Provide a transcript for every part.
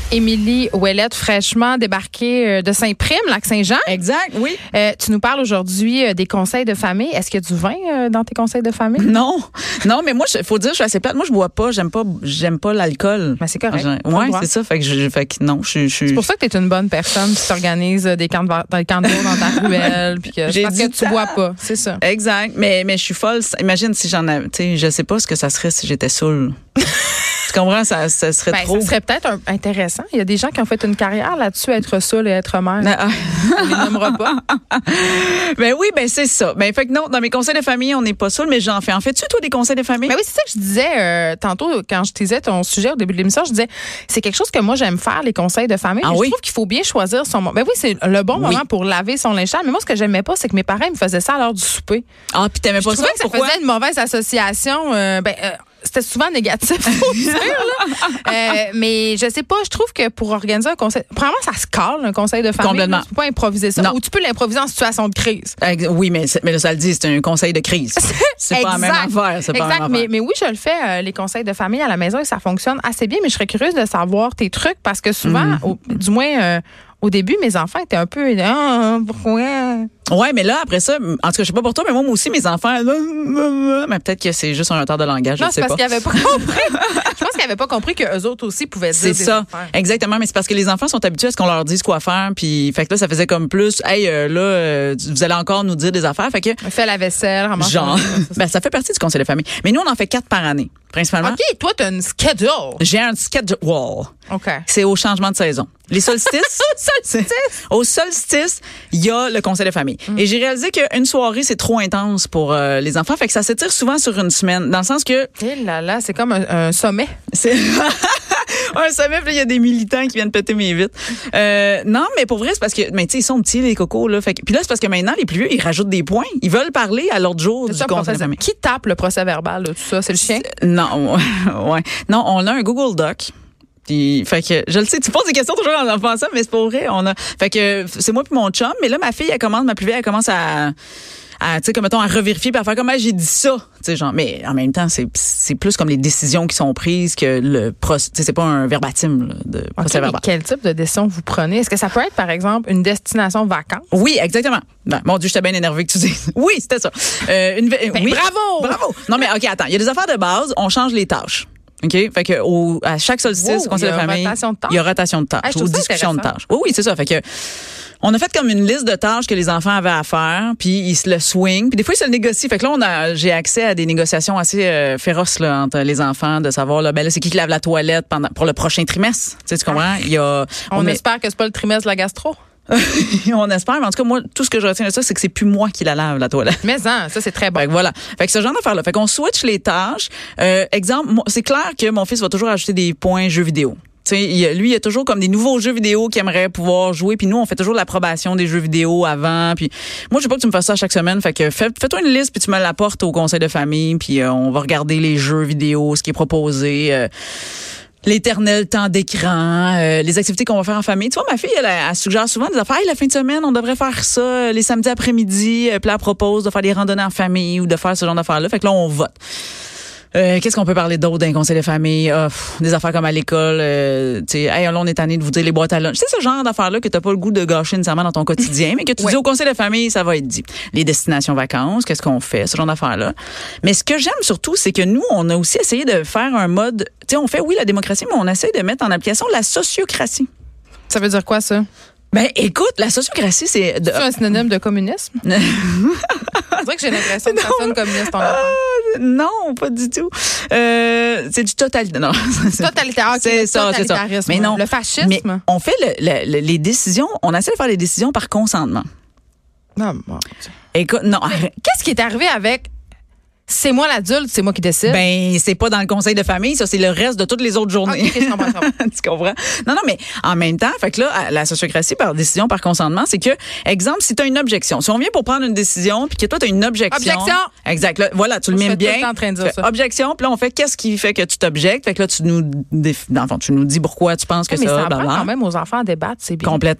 Émilie Ouellette, fraîchement débarquée de Saint-Prime, Lac-Saint-Jean. Exact, oui. Tu nous parles aujourd'hui des conseils de famille. Est-ce qu'il y a du vin dans tes conseils de famille? Non, mais moi, faut dire, je suis assez plate. Moi, je bois pas. J'aime pas l'alcool. Mais c'est correct. Ouais, c'est ça. Fait que non, je suis. C'est pour ça que tu es une bonne personne qui t'organise des camps de jour dans ta ruelle, puis que parce que tu bois pas. C'est ça. Exact. Mais je suis folle. Imagine si j'en avais. Tu sais, je sais pas ce que ça serait si j'étais saoule. Tu comprends? Ça serait trop. Ça serait peut-être intéressant. Il y a des gens qui ont fait une carrière là-dessus, être saoul et être mère. On les nommera pas. Ben oui, c'est ça. Ben fait que non, dans mes conseils de famille, on n'est pas saoul, mais j'en fais. En fais-tu, toi, des conseils de famille? Ben oui, c'est ça que je disais tantôt quand je disais ton sujet au début de l'émission. Je disais, c'est quelque chose que moi, j'aime faire, les conseils de famille. Je trouve qu'il faut bien choisir son moment. Ben oui, c'est le bon moment pour laver son linge sale. Mais moi, ce que j'aimais pas, c'est que mes parents me faisaient ça à l'heure du souper. Ah, puis t'aimais pas ça? Je trouvais que ça faisait une mauvaise association. C'était souvent négatif, faut dire, là. Mais je sais pas, je trouve que pour organiser un conseil, premièrement, ça se cale, un conseil de famille. Complètement. Tu peux pas improviser ça. Non. Ou tu peux l'improviser en situation de crise. Oui, mais là, ça le dit, c'est un conseil de crise. C'est pas la même affaire. C'est pas la même affaire. Mais oui, je le fais, les conseils de famille à la maison, et ça fonctionne assez bien. Mais je serais curieuse de savoir tes trucs parce que souvent, du moins... au début, mes enfants étaient un peu pourquoi? Ouais, mais là, après ça, en tout cas, je sais pas pour toi, mais moi aussi, mes enfants, mais peut-être que c'est juste un retard de langage, non, je sais pas. Non, c'est parce qu'ils avaient pas compris. Je pense qu'ils avaient pas compris qu'eux autres aussi pouvaient dire c'est ça, affaires. Exactement, mais c'est parce que les enfants sont habitués à ce qu'on leur dise quoi faire, puis fait que là, ça faisait comme plus, vous allez encore nous dire des affaires, fait que... Fais la vaisselle, ramasse. Genre, ça fait partie du conseil de famille. Mais nous, on en fait 4 par année, principalement. OK, toi, t'as une schedule. J'ai un schedule. OK. C'est au changement de saison. Les solstices. Au solstice, il y a le conseil de famille. Et j'ai réalisé qu'une soirée, c'est trop intense pour les enfants. Fait que ça s'étire souvent sur une semaine. Dans le sens que... Eh là là, c'est comme un sommet. C'est... un sommet, puis il y a des militants qui viennent péter mes vitres. Non, mais pour vrai, c'est parce que... Mais tu sais, ils sont petits, les cocos. Là. Puis là, c'est parce que maintenant, les plus vieux, ils rajoutent des points. Ils veulent parler à l'autre jour du conseil de famille. Qui tape le procès verbal, là, tout ça? C'est le chien? Non, ouais. Non, on a un Google Doc. Puis, fait que je le sais, tu poses des questions toujours en pensant, mais c'est pour vrai. Fait que c'est moi puis mon chum, mais là ma fille ma plus vieille, elle commence à tu sais, comme mettons, à revérifier, puis à faire comme j'ai dit ça, tu sais, genre. Mais en même temps, c'est plus comme les décisions qui sont prises que tu sais, c'est pas un verbatim là, de procès verbal. Quel type de décision vous prenez? Est-ce que ça peut être, par exemple, une destination vacances? Oui, exactement. Non, mon Dieu, j'étais bien énervée que tu dises. Oui, c'était ça. Oui. Bravo. Non, mais ok, attends, il y a des affaires de base, on change les tâches. OK? Fait que à chaque solstice, conseil de famille, il y a rotation de tâches ou discussion de tâches. Oui, c'est ça. Fait que on a fait comme une liste de tâches que les enfants avaient à faire, puis ils se le swing, puis des fois ils se le négocient. Fait que là j'ai accès à des négociations assez féroces là entre les enfants de savoir là c'est qui lave la toilette pour le prochain trimestre. Tu comprends? Il y a on espère que c'est pas le trimestre de la gastro. On espère, mais en tout cas, moi, tout ce que je retiens de ça, c'est que c'est plus moi qui la lave, la toilette. Mais ça, c'est très bon. Fait que voilà. Fait que ce genre d'affaire-là. Fait qu'on switch les tâches. Exemple, c'est clair que mon fils va toujours ajouter des points jeux vidéo. Lui, il y a toujours comme des nouveaux jeux vidéo qu'il aimerait pouvoir jouer. Puis nous, on fait toujours l'approbation des jeux vidéo avant. Puis moi, je veux pas que tu me fasses ça chaque semaine. Fait que fais-toi une liste puis tu me l'apportes au conseil de famille. Puis on va regarder les jeux vidéo, ce qui est proposé. L'éternel temps d'écran, les activités qu'on va faire en famille. Tu vois, ma fille, elle suggère souvent des affaires. La fin de semaine, on devrait faire ça les samedis après-midi. Puis elle propose de faire des randonnées en famille ou de faire ce genre d'affaires-là. Fait que là, on vote. Qu'est-ce qu'on peut parler d'autre d'un conseil de famille? Des affaires comme à l'école. Tu sais, là, on est tanné de vous dire les boîtes à lunch. C'est ce genre d'affaires-là que t'as pas le goût de gâcher nécessairement dans ton quotidien, mais que tu dis au conseil de famille, ça va être dit. Les destinations vacances, qu'est-ce qu'on fait? Ce genre d'affaires-là. Mais ce que j'aime surtout, c'est que nous, on a aussi essayé de faire un mode... Tu sais, on fait, oui, la démocratie, mais on essaie de mettre en application la sociocratie. Ça veut dire quoi, ça? Ben, écoute, la sociocratie, c'est... C'est un synonyme de communisme? C'est vrai que j'ai l'impression de personne communiste en enfant. Non, pas du tout. C'est du totalitaire. Non. Totalitaire, okay, c'est ça, c'est ça. Mais non. Le fascisme. Mais on fait les décisions, on essaie de faire les décisions par consentement. Non, écoute, non. Qu'est-ce qui est arrivé avec... C'est moi l'adulte, c'est moi qui décide. Ben, c'est pas dans le conseil de famille, ça, c'est le reste de toutes les autres journées. Okay, je comprends. Tu comprends? Non, mais en même temps, fait que là, la sociocratie par décision, par consentement, c'est que, exemple, si tu as une objection, si on vient pour prendre une décision, puis que toi, tu as une objection. Objection! Exact. Là, voilà, tu le mets bien. En train de dire ça. Objection, puis là, on fait qu'est-ce qui fait que tu t'objectes? Fait que là, tu nous dis pourquoi tu penses que mais ça, ça apprend quand même aux enfants à débattre, c'est bien. Complètement.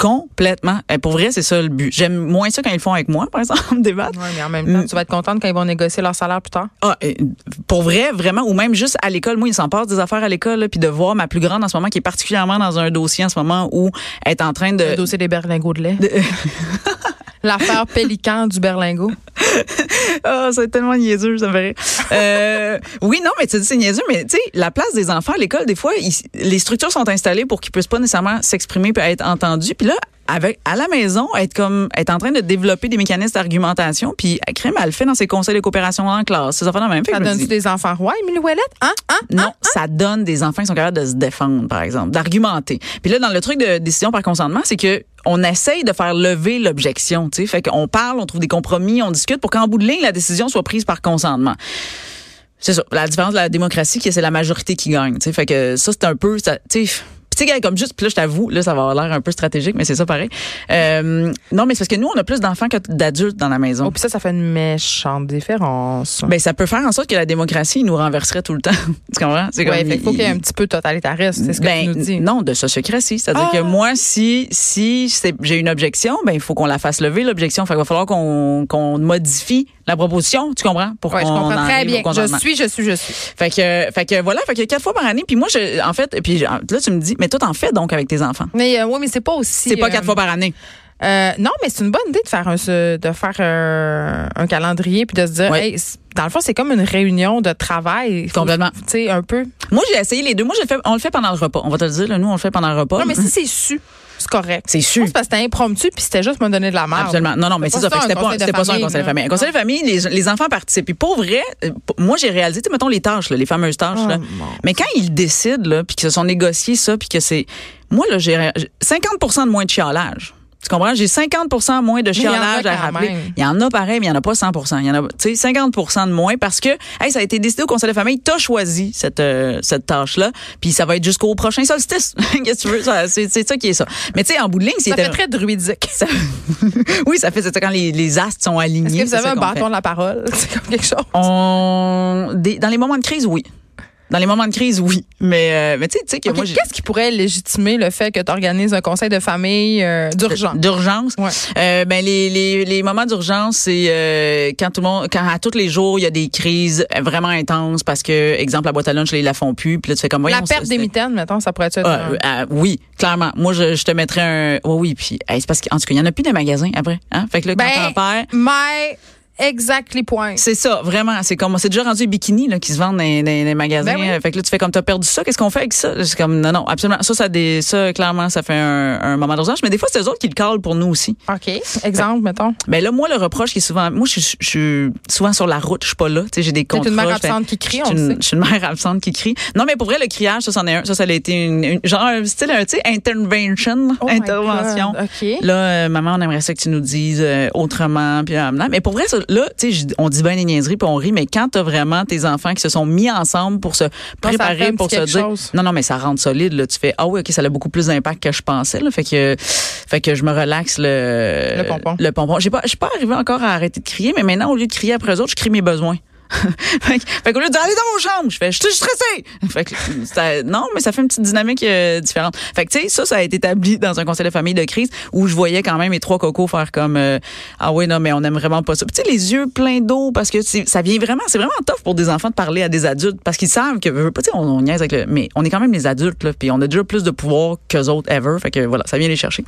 Complètement. Pour vrai, c'est ça le but. J'aime moins ça quand ils le font avec moi, par exemple, débattre. Oui, mais en même temps, tu vas être contente quand ils vont négocier leur salaire plus tard. Ah, pour vrai, vraiment, ou même juste à l'école. Moi, ils s'en passent des affaires à l'école, puis de voir ma plus grande en ce moment, qui est particulièrement dans un dossier en ce moment où elle est en train de... Le dossier des berlingots de lait. L'affaire Pélican du berlingot. Ah, c'est tellement niaiseux, ça me fait rire. Oui, non, mais tu dis c'est niaiseux, mais tu sais, la place des enfants à l'école, des fois, les structures sont installées pour qu'ils puissent pas nécessairement s'exprimer et être entendus. Puis là, à la maison, être en train de développer des mécanismes d'argumentation, puis crème, elle le fait dans ses conseils de coopération en classe. Ça fait la même. Ça donne-tu des enfants rois, Émilie Ouellette? Non, ça donne des enfants qui sont capables de se défendre, par exemple, d'argumenter. Puis là, dans le truc de décision par consentement, c'est que on essaye de faire lever l'objection, tu sais. Fait qu'on parle, on trouve des compromis, on discute pour qu'en bout de ligne, la décision soit prise par consentement. C'est ça. La différence de la démocratie, c'est la majorité qui gagne, tu sais. Fait que ça, c'est un peu, tu sais, tu sais, comme juste, puis là, je t'avoue, là, ça va avoir l'air un peu stratégique, mais c'est ça pareil. Non, mais c'est parce que nous, on a plus d'enfants que d'adultes dans la maison. Oh, puis ça fait une méchante différence. Ben, ça peut faire en sorte que la démocratie nous renverserait tout le temps. Tu comprends? C'est comme, fait qu'il faut qu'il y ait un petit peu totalitariste, c'est ce que tu nous dis. Non, de sociocratie. C'est-à-dire que moi, si j'ai une objection, ben, il faut qu'on la fasse lever, l'objection. Fait qu'il va falloir qu'on modifie la proposition, tu comprends? Pour je comprends très bien. Je suis. Fait que voilà, fait que 4 fois par année, puis moi, en fait, puis là, tu me dis, mais toi, t'en fais donc avec tes enfants. Mais oui, mais c'est pas aussi. C'est pas 4 fois par année. Non, mais c'est une bonne idée de faire un calendrier puis de se dire, hey, dans le fond, c'est comme une réunion de travail. Complètement. Tu sais, un peu. Moi, j'ai essayé les deux. Moi, on le fait pendant le repas. On va te le dire, là, nous, on le fait pendant le repas. Non, mais si c'est su, c'est correct. C'est su. C'est parce que c'était impromptu puis c'était juste me donner de la merde. Absolument. Non, mais c'est ça. C'était pas ça un conseil de famille. Un conseil de famille, les enfants participent. Puis pour vrai, moi, j'ai réalisé, tu sais, mettons les tâches, là, les fameuses tâches, là. Mais quand ils décident, là, puis qu'ils se sont négociés ça, puis que c'est, moi, là, j'ai 50% de moins de chialage. Tu comprends? J'ai 50% moins de chialage à rappeler. Il y en a pareil, mais il n'y en a pas 100%. Il y en a, tu sais, 50% de moins parce que, hey, ça a été décidé au conseil de famille. T'as choisi cette tâche-là. Puis ça va être jusqu'au prochain solstice. Qu'est-ce que tu veux? C'est ça qui est ça. Mais tu sais, en bout de ligne, ça fait très druidique. Oui, ça fait, c'est quand les astres sont alignés. Est-ce que vous avez un bâton de la parole? C'est comme quelque chose. Dans les moments de crise, oui. Dans les moments de crise, oui. Mais tu sais que moi, qu'est-ce qui pourrait légitimer le fait que tu organises un conseil de famille d'urgence? D'urgence? Ouais. Ben, les moments d'urgence, c'est quand à tous les jours, il y a des crises vraiment intenses parce que, exemple, la boîte à lunch, ils la font plus. Puis là, tu fais comme, la perte des mitaines, mettons, ça pourrait être oui, clairement. Moi, je te mettrais un... Oui, puis c'est parce qu'en tout cas, il y en a plus de magasins après. Hein? Fait que là, quand t'en perds... Exactly point. C'est ça, vraiment. C'est déjà rendu les bikinis là, qui se vendent dans les magasins. Ben oui. Fait que là, tu fais comme t'as perdu ça. Qu'est-ce qu'on fait avec ça? C'est comme non, absolument. Ça clairement, ça fait un moment d'urgence. Mais des fois, c'est eux autres qui le calent pour nous aussi. OK. Exemple, mettons. Ben là, moi, le reproche qui est souvent, moi, je suis souvent sur la route. Je suis pas là. Tu sais, j'ai des contrats. C'est une mère absente qui crie. Je suis une mère absente qui crie. Non, mais pour vrai, le criage, ça, c'en est un. Ça a été genre un style, tu sais, intervention, intervention. OK. Là, maman, on aimerait ça que tu nous dises autrement. Puis mais pour vrai, ça, là, tu sais, on dit bien des niaiseries puis on rit, mais quand t'as vraiment tes enfants qui se sont mis ensemble pour se préparer, pour se dire, non, mais ça rentre solide, là, tu fais, ah oui, ok, ça a beaucoup plus d'impact que je pensais, là, fait que je me relaxe le pompon. Je suis pas arrivée encore à arrêter de crier, mais maintenant, au lieu de crier après eux autres, je crie mes besoins. Fait qu'au lieu de dire allez dans vos chambres, je suis stressée. Fait que non, mais ça fait une petite dynamique différente. Fait que tu sais, ça a été établi dans un conseil de famille de crise où je voyais quand même mes 3 cocos faire comme ah oui non mais on aime vraiment pas ça. Tu sais les yeux pleins d'eau parce que ça vient vraiment, c'est vraiment tough pour des enfants de parler à des adultes parce qu'ils savent que tu sais on niaise avec mais on est quand même les adultes là, puis on a déjà plus de pouvoir qu'eux autres ever. Fait que voilà, ça vient les chercher.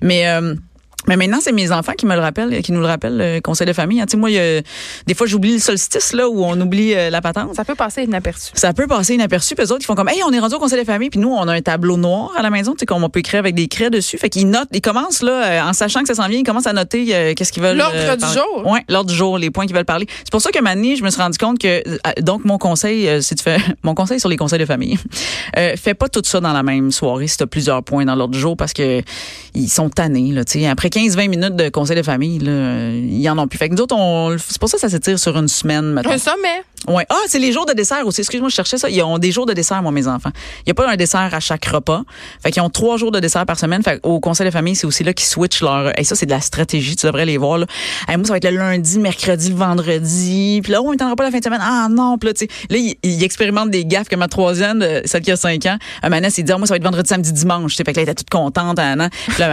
Mais maintenant, c'est mes enfants qui nous le rappellent, le conseil de famille. Tu sais, moi, des fois, j'oublie le solstice, là, où on oublie la patente. Ça peut passer inaperçu. Puis eux autres, ils font comme, hey, on est rendu au conseil de famille, puis nous, on a un tableau noir à la maison, tu sais, qu'on peut écrire avec des craies dessus. Fait qu'ils notent, ils commencent, là, en sachant que ça s'en vient, ils commencent à noter qu'est-ce qu'ils veulent. L'ordre du jour. Ouais, l'ordre du jour, les points qu'ils veulent parler. C'est pour ça que Mané, je me suis rendu compte que, donc, mon conseil, mon conseil sur les conseils de famille, fais pas tout ça dans la même soirée si t'as plusieurs points dans l'ordre du jour parce que ils sont tannés, là, tu sais. Après 15-20 minutes de conseil de famille, là, ils en ont plus. Fait que nous autres, c'est pour ça que ça s'étire sur une semaine, mettons. Un sommet. Ouais. Ah, c'est les jours de dessert aussi. Excuse-moi, je cherchais ça. Ils ont des jours de dessert, moi, mes enfants. Il n'y a pas un dessert à chaque repas. Fait qu'ils ont 3 jours de dessert par semaine. Fait au conseil de famille, c'est aussi là qu'ils switchent leur... Et ça, c'est de la stratégie. Tu devrais les voir, là. Moi, ça va être le lundi, mercredi, le vendredi. Puis là, on n'attendra pas la fin de semaine. Ah, non. Puis là, tu sais, là, ils expérimentent des gaffes que ma troisième, celle qui a 5 ans, Manès, il dit, moi, ça va être vendredi, samedi, dimanche. Fait que là, elle était toute contente, Anna.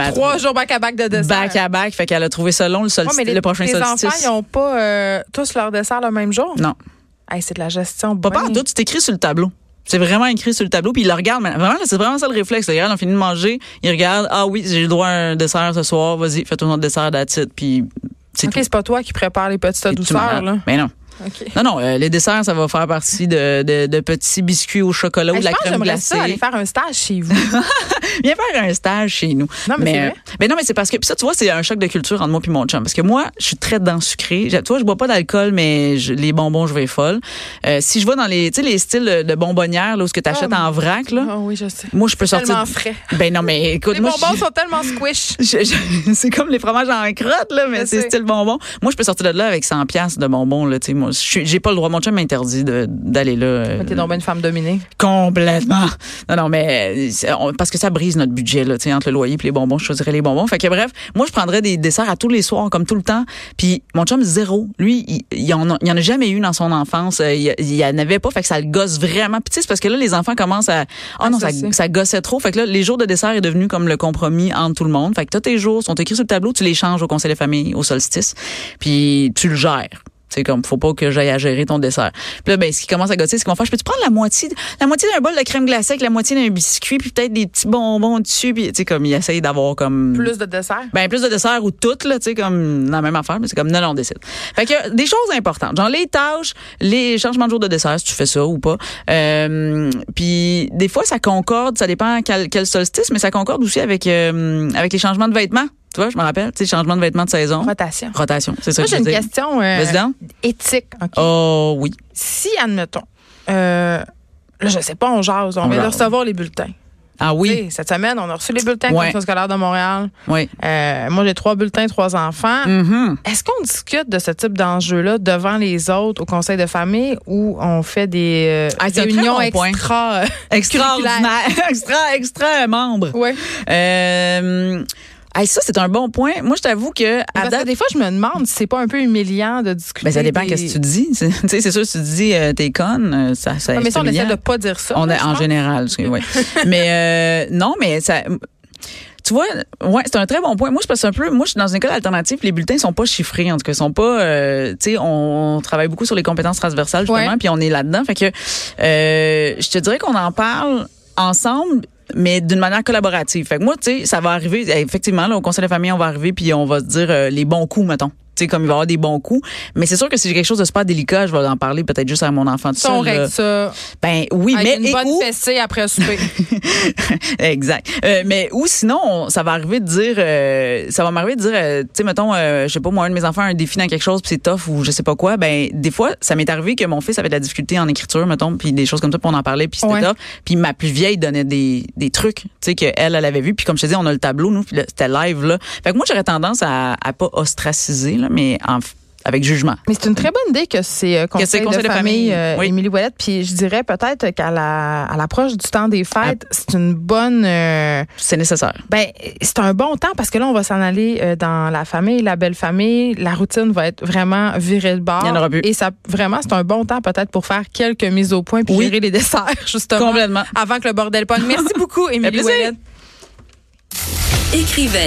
3 jours back-à-back de dessert. Back-à-back. Fait qu'elle a trouvé ça long, le prochain solstice. Les enfants, ils n'ont pas tous leur dessert le même jour? Non. Hey, c'est de la gestion. Pas en doute, tu t'écris sur le tableau. C'est vraiment écrit sur le tableau, puis ils le regardent. Vraiment, c'est vraiment ça le réflexe. Ils regardent, on finit de manger, ils regardent, ah oui, j'ai le droit à un dessert ce soir, vas-y, fais-toi notre dessert d'attitude, puis c'est tout. C'est pas toi qui prépare les petites douceurs, là. Mais non. Okay. Non, les desserts, ça va faire partie de petits biscuits au chocolat ou de la crème glacée. Ça, aller faire un stage chez vous. Viens faire un stage chez nous. Non, mais non, mais c'est parce que ça, tu vois, c'est un choc de culture entre moi et mon chum. Parce que moi, je suis très dedans sucré. Tu vois, je bois pas d'alcool, mais les bonbons, je vais folle. Si je vais dans les styles de bonbonnières, là, où ce que t'achètes en vrac, là. Oh oui, je sais. Moi, je peux sortir. Tellement frais. Ben non, mais écoute, les bonbons sont tellement squish. C'est comme les fromages en crotte, là, mais c'est style bonbon. Moi, je peux sortir de là avec 100$ de bonbons, là, tu sais. Moi, j'ai pas le droit. Mon chum m'interdit d'aller là. T'es donc une femme dominée. Complètement. Non, mais parce que ça brise notre budget, là, tu sais, entre le loyer et les bonbons, je choisirais les bonbons. Fait que bref, moi, je prendrais des desserts à tous les soirs, comme tout le temps. Puis mon chum, 0. Lui, il y en a jamais eu dans son enfance. Il y en avait pas. Fait que ça le gosse vraiment. Puis tu sais, c'est parce que là, les enfants commencent à, ça gossait trop. Fait que là, les jours de dessert est devenu comme le compromis entre tout le monde. Fait que toi, tes jours sont écrits sur le tableau, tu les changes au conseil de famille, au solstice. Puis tu le gères. C'est comme, faut pas que j'aille à gérer ton dessert. Puis là, ben, ce qui commence à gosser, c'est qu'ils vont faire, peux-tu prendre la moitié d'un bol de crème glacée avec la moitié d'un biscuit, puis peut-être des petits bonbons dessus, puis tu sais, comme, ils essayent d'avoir comme... Plus de dessert? Ben, plus de dessert ou tout, là, tu sais, comme, dans la même affaire, mais c'est comme, non, on décide. Fait que, des choses importantes. Genre, les tâches, les changements de jour de dessert, si tu fais ça ou pas. Puis, des fois, ça concorde, ça dépend quel solstice, mais ça concorde aussi avec les changements de vêtements. Tu vois, je me rappelle, tu sais, changement de vêtements de saison. Rotation, c'est ça. Moi, j'ai une question éthique. Okay. Oh oui. Si, admettons, là, je sais pas, on jase, on vient de recevoir les bulletins. Ah oui. T'sais, cette semaine, on a reçu les bulletins Commission scolaire de Montréal. Oui. Moi, j'ai 3 bulletins, 3 enfants. Mm-hmm. Est-ce qu'on discute de ce type d'enjeu-là devant les autres au conseil de famille ou on fait des réunions extra membres? Oui. Ça, c'est un bon point. Moi, je t'avoue que... Parce que des fois, je me demande si c'est pas un peu humiliant de discuter. Ben, ça dépend qu'est-ce que tu dis. C'est sûr, si tu dis t'es conne, ça mais ça, on essaie de pas dire ça. En général, oui. Mais non, mais ça... Tu vois, ouais, c'est un très bon point. Moi, je suis dans une école alternative, les bulletins sont pas chiffrés, en tout cas, ils sont pas, tu sais, on travaille beaucoup sur les compétences transversales, justement, puis on est là-dedans. Fait que, je te dirais qu'on en parle ensemble, mais d'une manière collaborative. Fait que moi, tu sais, ça va arriver, effectivement, là, au conseil de famille, on va arriver puis on va se dire les bons coups, mettons. Tu sais, comme il va y avoir des bons coups. Mais c'est sûr que si j'ai quelque chose de super délicat, je vais en parler peut-être juste à mon enfant tout seul. On règle ça. Ben oui, avec une bonne fessée après souper. Exact. Mais ou sinon, ça va m'arriver de dire, tu sais, mettons, je sais pas, moi, un de mes enfants a un défi dans quelque chose puis c'est tough ou je sais pas quoi. Ben des fois, ça m'est arrivé que mon fils avait de la difficulté en écriture, mettons, puis des choses comme ça, puis on en parlait, puis c'était tough. Puis ma plus vieille donnait des trucs, tu sais, qu'elle avait vu. Puis comme je te dis, on a le tableau, nous, puis c'était live là. Fait que moi, j'aurais tendance à pas ostraciser là, mais avec jugement. Mais c'est une très bonne idée que c'est conseil de famille Émilie Ouellette. Puis je dirais peut-être qu'à l'approche du temps des fêtes, c'est une bonne... c'est nécessaire. Ben, c'est un bon temps parce que là, on va s'en aller dans la famille, la belle famille. La routine va être vraiment virée de bord. Il y en aura plus. Et ça, vraiment, c'est un bon temps peut-être pour faire quelques mises au point puis gérer les desserts, justement. Complètement. Avant que le bordel pogne. Merci beaucoup, Émilie Ouellette. Écrivaine.